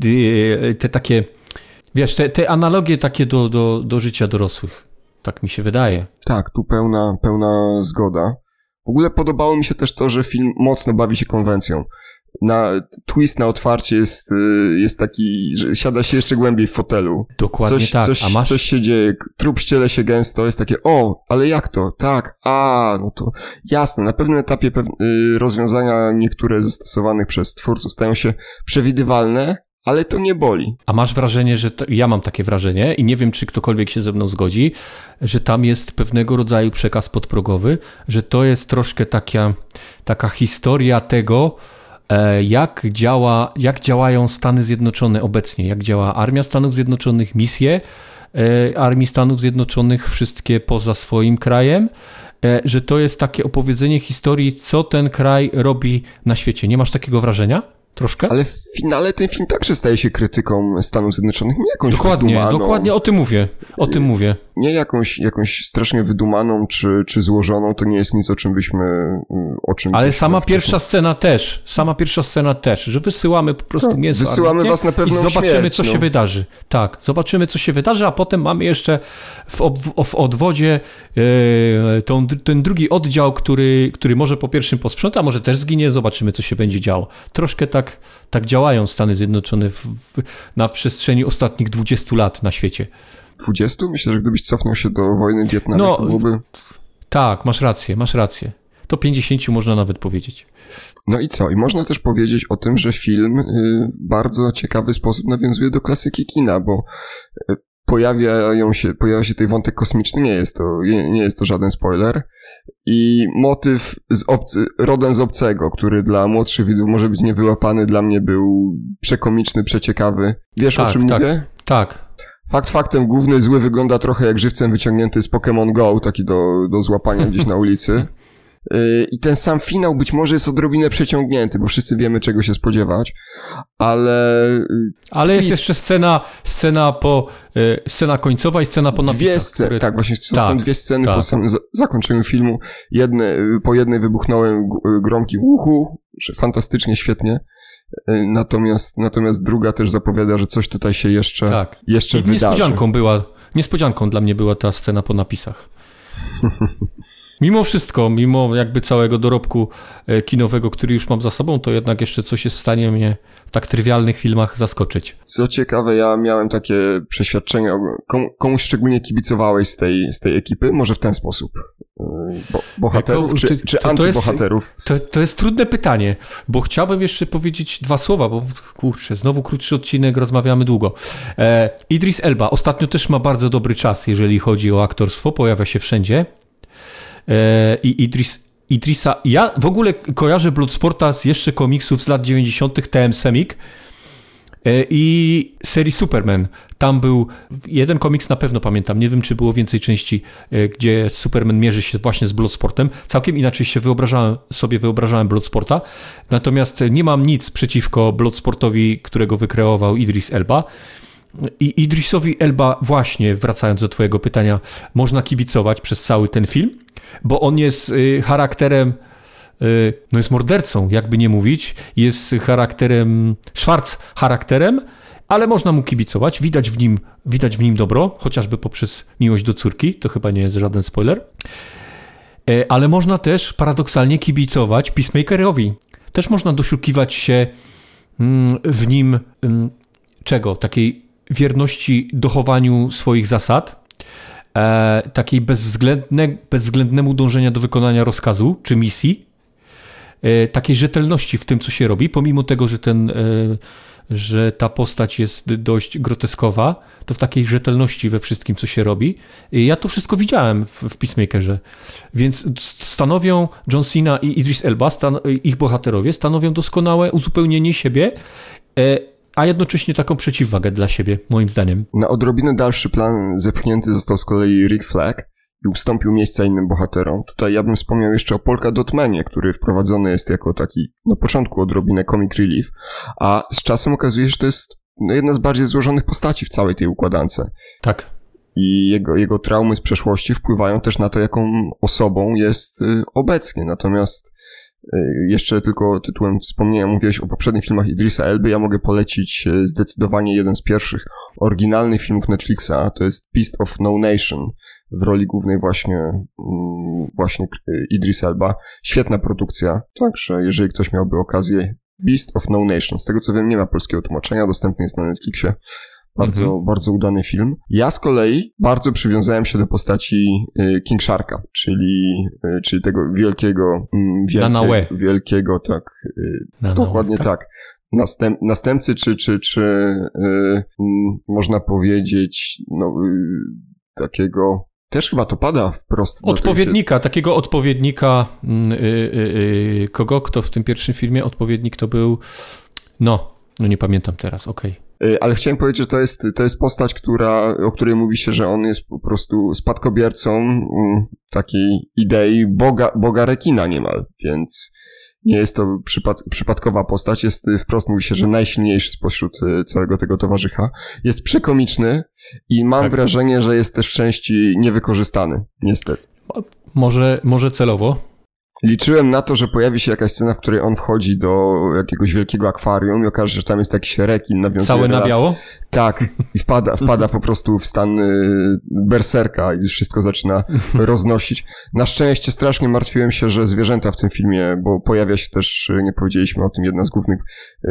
te takie, wiesz, te, te analogie takie do, do, do życia dorosłych. Tak mi się wydaje. Tak, tu pełna, pełna zgoda. W ogóle podobało mi się też to, że film mocno bawi się konwencją. Na, twist na otwarcie jest, jest taki, że siada się jeszcze głębiej w fotelu. Dokładnie coś, tak. Coś, a masz... coś się dzieje, trup ściele się gęsto, jest takie, o, ale jak to? Tak, a, no to jasne. Na pewnym etapie pew... rozwiązania niektóre zastosowanych przez twórców stają się przewidywalne, ale to nie boli. A masz wrażenie, że to, ja mam takie wrażenie i nie wiem, czy ktokolwiek się ze mną zgodzi, że tam jest pewnego rodzaju przekaz podprogowy, że to jest troszkę taka, taka historia tego, jak działa, jak działają Stany Zjednoczone obecnie, jak działa Armia Stanów Zjednoczonych, misje Armii Stanów Zjednoczonych, wszystkie poza swoim krajem, że to jest takie opowiedzenie historii, co ten kraj robi na świecie. Nie masz takiego wrażenia? Troszkę? Ale w finale ten film także staje się krytyką Stanów Zjednoczonych, nie jakąś dokładnie, wydumaną. Dokładnie, o tym mówię, o tym mówię. Nie jakąś, jakąś strasznie wydumaną czy, czy złożoną, to nie jest nic, o czym byśmy... O czym Ale byśmy sama wcześniej... pierwsza scena też, sama pierwsza scena też, że wysyłamy po prostu no, mięso wysyłamy was na pewną i zobaczymy, śmierć, co no. się wydarzy. Tak, zobaczymy, co się wydarzy, a potem mamy jeszcze w, ob, w odwodzie e, tą, ten drugi oddział, który, który może po pierwszym posprząta, może też zginie, zobaczymy, co się będzie działo. Troszkę tak, tak działają Stany Zjednoczone w, w, na przestrzeni ostatnich dwudziestu lat na świecie. dwudziestu? Myślę, że gdybyś cofnął się do wojny w Wietnamie, no, to byłoby... Tak, masz rację, masz rację. To pięćdziesięciu można nawet powiedzieć. No i co? I można też powiedzieć o tym, że film w bardzo ciekawy sposób nawiązuje do klasyki kina, bo pojawiają się, pojawia się tutaj wątek kosmiczny, nie jest to, nie, nie jest to żaden spoiler. I motyw z obcy, rodem z obcego, który dla młodszych widzów może być niewyłapany, dla mnie był przekomiczny, przeciekawy. Wiesz, tak, o czym tak, mówię? Tak. Fakt faktem, główny zły wygląda trochę jak żywcem wyciągnięty z Pokémon Go, taki do, do złapania gdzieś na ulicy. I ten sam finał być może jest odrobinę przeciągnięty, bo wszyscy wiemy, czego się spodziewać, ale... Ale jest jeszcze scena, scena po, scena końcowa i scena po napisach. Dwie sceny, które... tak, właśnie to tak, są dwie sceny tak. po samym zakończeniu filmu. Jedne, po jednej wybuchnąłem gromki uhu, że fantastycznie, świetnie. Natomiast, natomiast druga też zapowiada, że coś tutaj się jeszcze, tak. jeszcze I wydarzy. Niespodzianką była, niespodzianką dla mnie była ta scena po napisach. Mimo wszystko, mimo jakby całego dorobku kinowego, który już mam za sobą, to jednak jeszcze coś jest w stanie mnie w tak trywialnych filmach zaskoczyć. Co ciekawe, ja miałem takie przeświadczenie, komu, komuś szczególnie kibicowałeś z tej, z tej ekipy? Może w ten sposób? Bo, bohaterów czy, czy to, to antybohaterów? Jest, to, to jest trudne pytanie, bo chciałbym jeszcze powiedzieć dwa słowa, bo kurczę, znowu krótszy odcinek, rozmawiamy długo. E, Idris Elba ostatnio też ma bardzo dobry czas, jeżeli chodzi o aktorstwo, pojawia się wszędzie. I Idris, Idrisa, ja w ogóle kojarzę Bloodsporta z jeszcze komiksów z lat dziewięćdziesiątych, T M Semik i serii Superman. Tam był jeden komiks, na pewno pamiętam, nie wiem, czy było więcej części, gdzie Superman mierzy się właśnie z Bloodsportem. Całkiem inaczej się wyobrażałem, sobie wyobrażałem Bloodsporta, natomiast nie mam nic przeciwko Bloodsportowi, którego wykreował Idris Elba. I Idrisowi Elba właśnie, wracając do twojego pytania, można kibicować przez cały ten film, bo on jest y, charakterem, y, no jest mordercą, jakby nie mówić, jest charakterem, Schwarz charakterem, ale można mu kibicować, widać w nim, widać w nim dobro, chociażby poprzez miłość do córki, to chyba nie jest żaden spoiler, y, ale można też paradoksalnie kibicować Peacemakerowi. Też można doszukiwać się y, w nim y, czego? Takiej wierności dochowaniu swoich zasad, e, takiej bezwzględne, bezwzględnemu dążenia do wykonania rozkazu czy misji, e, takiej rzetelności w tym, co się robi, pomimo tego, że, ten, e, że ta postać jest dość groteskowa, to w takiej rzetelności we wszystkim, co się robi. I ja to wszystko widziałem w, w Peacemakerze, więc stanowią John Cena i Idris Elba, stan, ich bohaterowie, stanowią doskonałe uzupełnienie siebie, e, a jednocześnie taką przeciwwagę dla siebie, moim zdaniem. Na odrobinę dalszy plan zepchnięty został z kolei Rick Flag i ustąpił miejsca innym bohaterom. Tutaj ja bym wspomniał jeszcze o Polka Dotmanie, który wprowadzony jest jako taki na początku odrobinę comic relief, a z czasem okazuje się, że to jest no, jedna z bardziej złożonych postaci w całej tej układance. Tak. I jego, jego traumy z przeszłości wpływają też na to, jaką osobą jest y, obecnie. Natomiast jeszcze tylko tytułem wspomnienia mówiłeś o poprzednich filmach Idrisa Elby, ja mogę polecić zdecydowanie jeden z pierwszych oryginalnych filmów Netflixa, to jest Beast of No Nation, w roli głównej właśnie właśnie Idris Elba. Świetna produkcja, także jeżeli ktoś miałby okazję, Beast of No Nation, z tego co wiem nie ma polskiego tłumaczenia, dostępny jest na Netflixie. Bardzo, mhm. bardzo udany film. Ja z kolei bardzo przywiązałem się do postaci y, King Sharka, czyli, y, czyli tego wielkiego, y, wielkie, wielkiego, tak, y, dokładnie tak. tak. Następ, następcy, czy, czy, czy y, y, można powiedzieć, no, y, takiego, też chyba to pada wprost. Odpowiednika, tej... takiego odpowiednika, y, y, y, kogo, kto w tym pierwszym filmie, odpowiednik to był, no, no nie pamiętam teraz, okej. Okay. Ale chciałem powiedzieć, że to jest, to jest postać, która, o której mówi się, że on jest po prostu spadkobiercą takiej idei Boga, Boga rekina niemal, więc nie jest to przypad, przypadkowa postać, jest wprost mówi się, że najsilniejszy spośród całego tego towarzycha. Jest przekomiczny i mam tak. wrażenie, że jest też w części niewykorzystany, niestety. Może, może celowo? Liczyłem na to, że pojawi się jakaś scena, w której on wchodzi do jakiegoś wielkiego akwarium i okaże się, że tam jest jakiś rekin, nawiązuje Całe na biało? Tak, i wpada, wpada po prostu w stan berserka i już wszystko zaczyna roznosić. Na szczęście strasznie martwiłem się, że zwierzęta w tym filmie, bo pojawia się też, nie powiedzieliśmy o tym, jedna z głównych,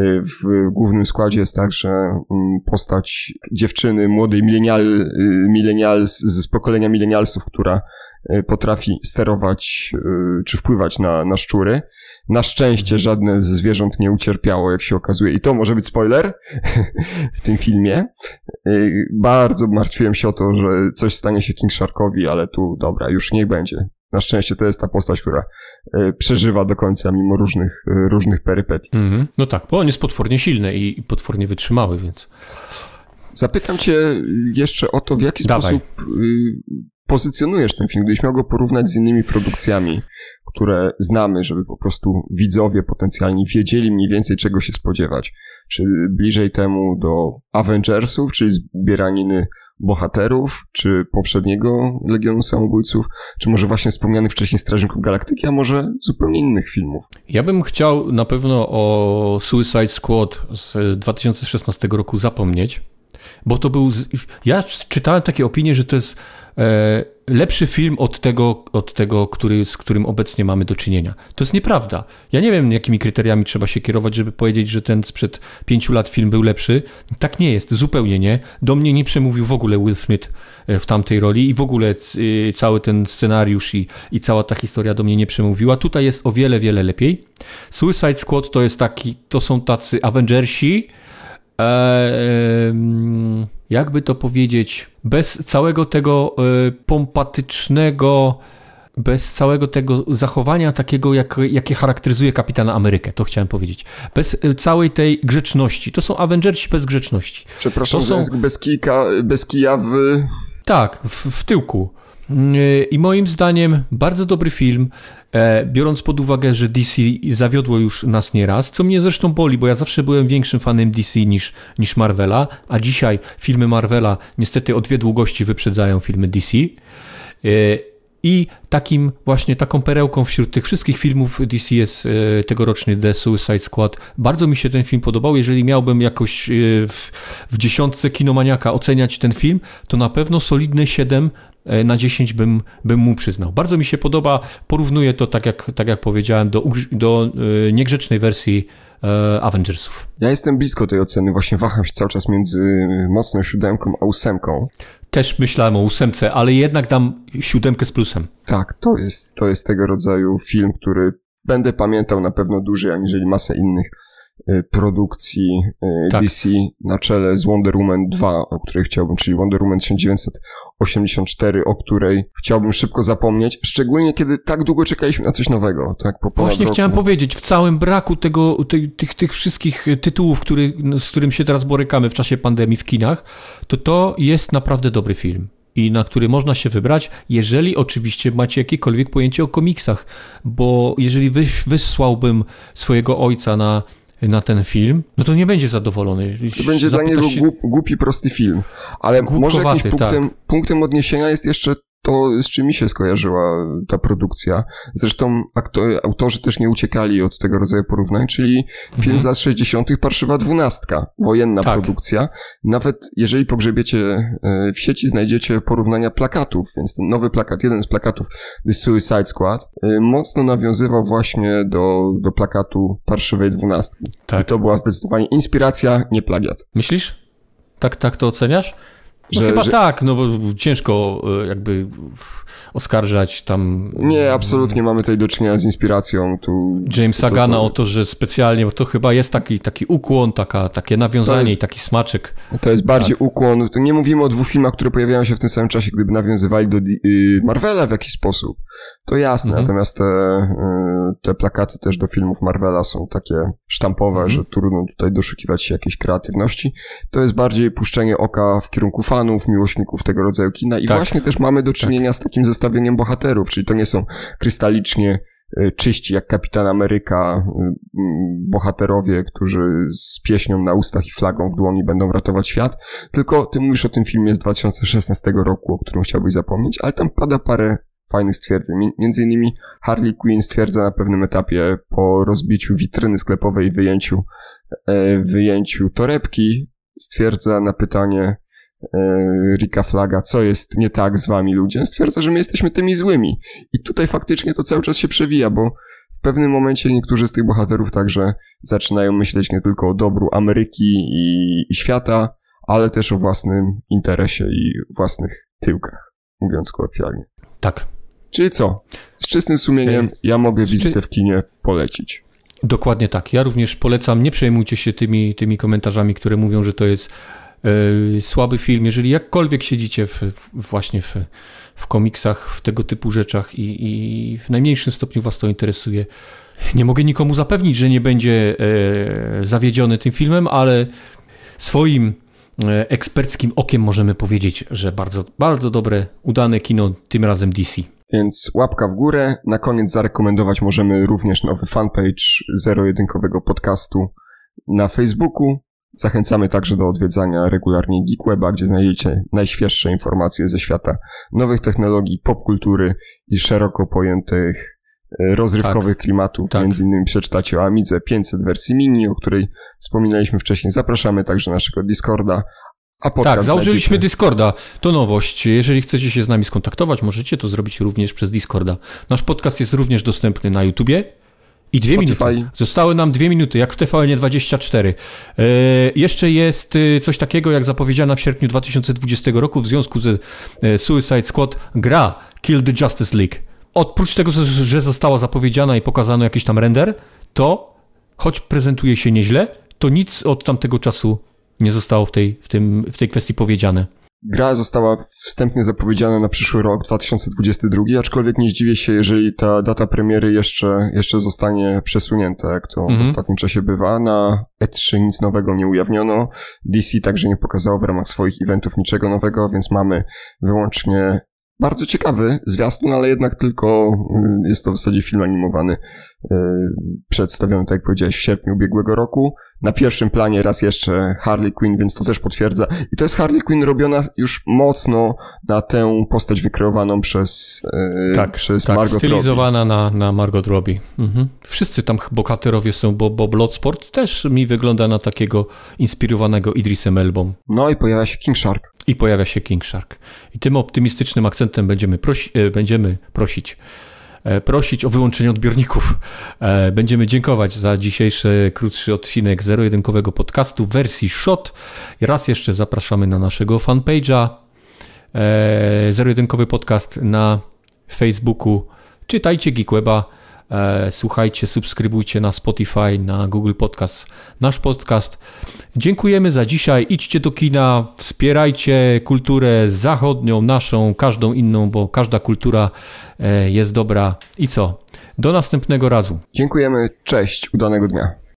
w głównym składzie jest także postać dziewczyny, młodej milenial, milenial z pokolenia milenialsów, która potrafi sterować czy wpływać na, na szczury. Na szczęście żadne z zwierząt nie ucierpiało, jak się okazuje. I to może być spoiler w tym filmie. Bardzo martwiłem się o to, że coś stanie się King Sharkowi, ale tu dobra, już niech będzie. Na szczęście to jest ta postać, która przeżywa do końca mimo różnych, różnych perypetii. Mm-hmm. No tak, bo on jest potwornie silny i potwornie wytrzymały, więc... Zapytam cię jeszcze o to, w jaki Dawaj. sposób pozycjonujesz ten film, gdybyś miał go porównać z innymi produkcjami, które znamy, żeby po prostu widzowie potencjalni wiedzieli mniej więcej, czego się spodziewać. Czy bliżej temu do Avengersów, czyli zbieraniny bohaterów, czy poprzedniego Legionu Samobójców, czy może właśnie wspomnianych wcześniej Strażników Galaktyki, a może zupełnie innych filmów. Ja bym chciał na pewno o Suicide Squad z dwa tysiące szesnastego roku zapomnieć, bo to był... Z... Ja czytałem takie opinie, że to jest e, lepszy film od tego, od tego który, z którym obecnie mamy do czynienia. To jest nieprawda. Ja nie wiem, jakimi kryteriami trzeba się kierować, żeby powiedzieć, że ten sprzed pięciu lat film był lepszy. Tak nie jest, zupełnie nie. Do mnie nie przemówił w ogóle Will Smith w tamtej roli i w ogóle y, cały ten scenariusz i, i cała ta historia do mnie nie przemówiła. Tutaj jest o wiele, wiele lepiej. Suicide Squad to jest taki, to są tacy Avengersi, e, jakby to powiedzieć, bez całego tego e, pompatycznego, bez całego tego zachowania takiego, jak, jakie charakteryzuje Kapitana Amerykę, to chciałem powiedzieć. Bez całej tej grzeczności. To są Avengersi bez grzeczności. Przepraszam, to są... że bez, kijka, bez kija w... Tak, w, w tyłku. I moim zdaniem bardzo dobry film, biorąc pod uwagę, że D C zawiodło już nas nieraz, co mnie zresztą boli, bo ja zawsze byłem większym fanem D C niż, niż Marvela, a dzisiaj filmy Marvela niestety o dwie długości wyprzedzają filmy D C. I takim właśnie taką perełką wśród tych wszystkich filmów D C jest tegoroczny The Suicide Squad. Bardzo mi się ten film podobał. Jeżeli miałbym jakoś w, w dziesiątce Kinomaniaka oceniać ten film, to na pewno solidne siedem na dziesięć bym, bym mu przyznał. Bardzo mi się podoba. Porównuję to, tak jak, tak jak powiedziałem, do, do niegrzecznej wersji Avengersów. Ja jestem blisko tej oceny. Właśnie waham się cały czas między mocną siódemką a ósemką. Też myślałem o ósemce, ale jednak dam siódemkę z plusem. Tak, to jest, to jest tego rodzaju film, który będę pamiętał na pewno dłużej, aniżeli masę innych y, produkcji y, tak. D C na czele z Wonder Woman dwa, o której chciałbym, czyli Wonder Woman tysiąc dziewięćset osiemdziesiąt cztery, o której chciałbym szybko zapomnieć, szczególnie kiedy tak długo czekaliśmy na coś nowego. Tak, po Właśnie roku. Chciałem powiedzieć, w całym braku tego, tych, tych, tych wszystkich tytułów, który, z którym się teraz borykamy w czasie pandemii w kinach, to to jest naprawdę dobry film. I na który można się wybrać, jeżeli oczywiście macie jakiekolwiek pojęcie o komiksach, bo jeżeli wyś, wysłałbym swojego ojca na, na ten film, no to nie będzie zadowolony. To będzie dla niego się... głupi, prosty film. Ale może jakimś punktem, tak. punktem odniesienia jest jeszcze to, z czym mi się skojarzyła ta produkcja. Zresztą aktor, autorzy też nie uciekali od tego rodzaju porównań, czyli mhm. film z lat sześćdziesiątych Parszywa dwunastka, wojenna tak. produkcja. Nawet jeżeli pogrzebiecie w sieci, znajdziecie porównania plakatów, więc ten nowy plakat, jeden z plakatów The Suicide Squad, mocno nawiązywał właśnie do, do plakatu Parszywej dwunastki. Tak. I to była zdecydowanie inspiracja, nie plagiat. Myślisz? Tak, tak to oceniasz? No że, chyba że... tak, no bo ciężko jakby oskarżać tam... Nie, absolutnie mamy tutaj do czynienia z inspiracją. Tu Jamesa Gunna o to, że specjalnie, bo to chyba jest taki, taki ukłon, taka, takie nawiązanie jest, i taki smaczek. To jest bardziej tak. ukłon. To nie mówimy o dwóch filmach, które pojawiają się w tym samym czasie, gdyby nawiązywali do Marvela w jakiś sposób. To jasne, mhm. natomiast te, te plakaty też do filmów Marvela są takie sztampowe, mhm. że trudno tutaj doszukiwać się jakiejś kreatywności. To jest bardziej puszczenie oka w kierunku fanów, miłośników tego rodzaju kina i tak. właśnie też mamy do czynienia tak. z takim zestawieniem bohaterów, czyli to nie są krystalicznie czyści jak Kapitan Ameryka bohaterowie, którzy z pieśnią na ustach i flagą w dłoni będą ratować świat, tylko ty mówisz o tym filmie z dwa tysiące szesnastego roku, o którym chciałbyś zapomnieć, ale tam pada parę fajnych stwierdzeń. Między innymi Harley Quinn stwierdza na pewnym etapie po rozbiciu witryny sklepowej i wyjęciu, e, wyjęciu torebki, stwierdza na pytanie e, Ricka Flaga, co jest nie tak z wami ludzie, stwierdza, że my jesteśmy tymi złymi. I tutaj faktycznie to cały czas się przewija, bo w pewnym momencie niektórzy z tych bohaterów także zaczynają myśleć nie tylko o dobru Ameryki i, i świata, ale też o własnym interesie i własnych tyłkach, mówiąc kolokwialnie. Tak. Czyli co? Z czystym sumieniem ja mogę wizytę w kinie polecić. Dokładnie tak. Ja również polecam. Nie przejmujcie się tymi, tymi komentarzami, które mówią, że to jest yy, słaby film. Jeżeli jakkolwiek siedzicie w, w, właśnie w, w komiksach, w tego typu rzeczach i, i w najmniejszym stopniu was to interesuje, nie mogę nikomu zapewnić, że nie będzie yy, zawiedziony tym filmem, ale swoim yy, eksperckim okiem możemy powiedzieć, że bardzo, bardzo dobre, udane kino, tym razem D C. Więc łapka w górę. Na koniec zarekomendować możemy również nowy fanpage zero-jedynkowego podcastu na Facebooku. Zachęcamy także do odwiedzania regularnie Geekweba, gdzie znajdziecie najświeższe informacje ze świata nowych technologii, popkultury i szeroko pojętych rozrywkowych tak, klimatów. Tak. Między innymi przeczytacie o Amidze pięćset wersji mini, o której wspominaliśmy wcześniej. Zapraszamy także naszego Discorda. A tak, założyliśmy znajdziecie... Discorda. To nowość. Jeżeli chcecie się z nami skontaktować, możecie to zrobić również przez Discorda. Nasz podcast jest również dostępny na YouTubie. I dwie Spotify. minuty. Zostały nam dwie minuty, jak w T V N dwadzieścia cztery. Yy, jeszcze jest coś takiego, jak zapowiedziana w sierpniu dwa tysiące dwudziestego roku w związku ze Suicide Squad gra Kill the Justice League. Oprócz tego, że została zapowiedziana i pokazano jakiś tam render, to choć prezentuje się nieźle, to nic od tamtego czasu nie zostało w tej, w tym, w tej kwestii powiedziane. Gra została wstępnie zapowiedziana na przyszły rok, dwa tysiące dwudziesty drugi, aczkolwiek nie zdziwię się, jeżeli ta data premiery jeszcze, jeszcze zostanie przesunięta, jak to mhm. w ostatnim czasie bywa. Na E trzy nic nowego nie ujawniono. D C także nie pokazało w ramach swoich eventów niczego nowego, więc mamy wyłącznie bardzo ciekawy zwiastun, ale jednak tylko jest to w zasadzie film animowany przedstawiony, tak jak powiedziałeś, w sierpniu ubiegłego roku. Na pierwszym planie raz jeszcze Harley Quinn, więc to też potwierdza. I to jest Harley Quinn robiona już mocno na tę postać wykreowaną przez, tak, przez tak, Margot Robbie. Stylizowana na, na Margot Robbie. Mhm. Wszyscy tam bohaterowie są, bo, bo Bloodsport też mi wygląda na takiego inspirowanego Idrisem Elbą. No i pojawia się King Shark. I pojawia się King Shark. I tym optymistycznym akcentem będziemy, prosi- będziemy prosić prosić o wyłączenie odbiorników. Będziemy dziękować za dzisiejszy krótszy odcinek zero-jedynkowego podcastu w wersji short. Raz jeszcze zapraszamy na naszego fanpage'a zero-jedynkowy podcast na Facebooku. Czytajcie Geekweba, słuchajcie, subskrybujcie na Spotify, na Google Podcast, nasz podcast. Dziękujemy za dzisiaj. Idźcie do kina, wspierajcie kulturę zachodnią, naszą, każdą inną, bo każda kultura jest dobra. I co? Do następnego razu. Dziękujemy. Cześć. Udanego dnia.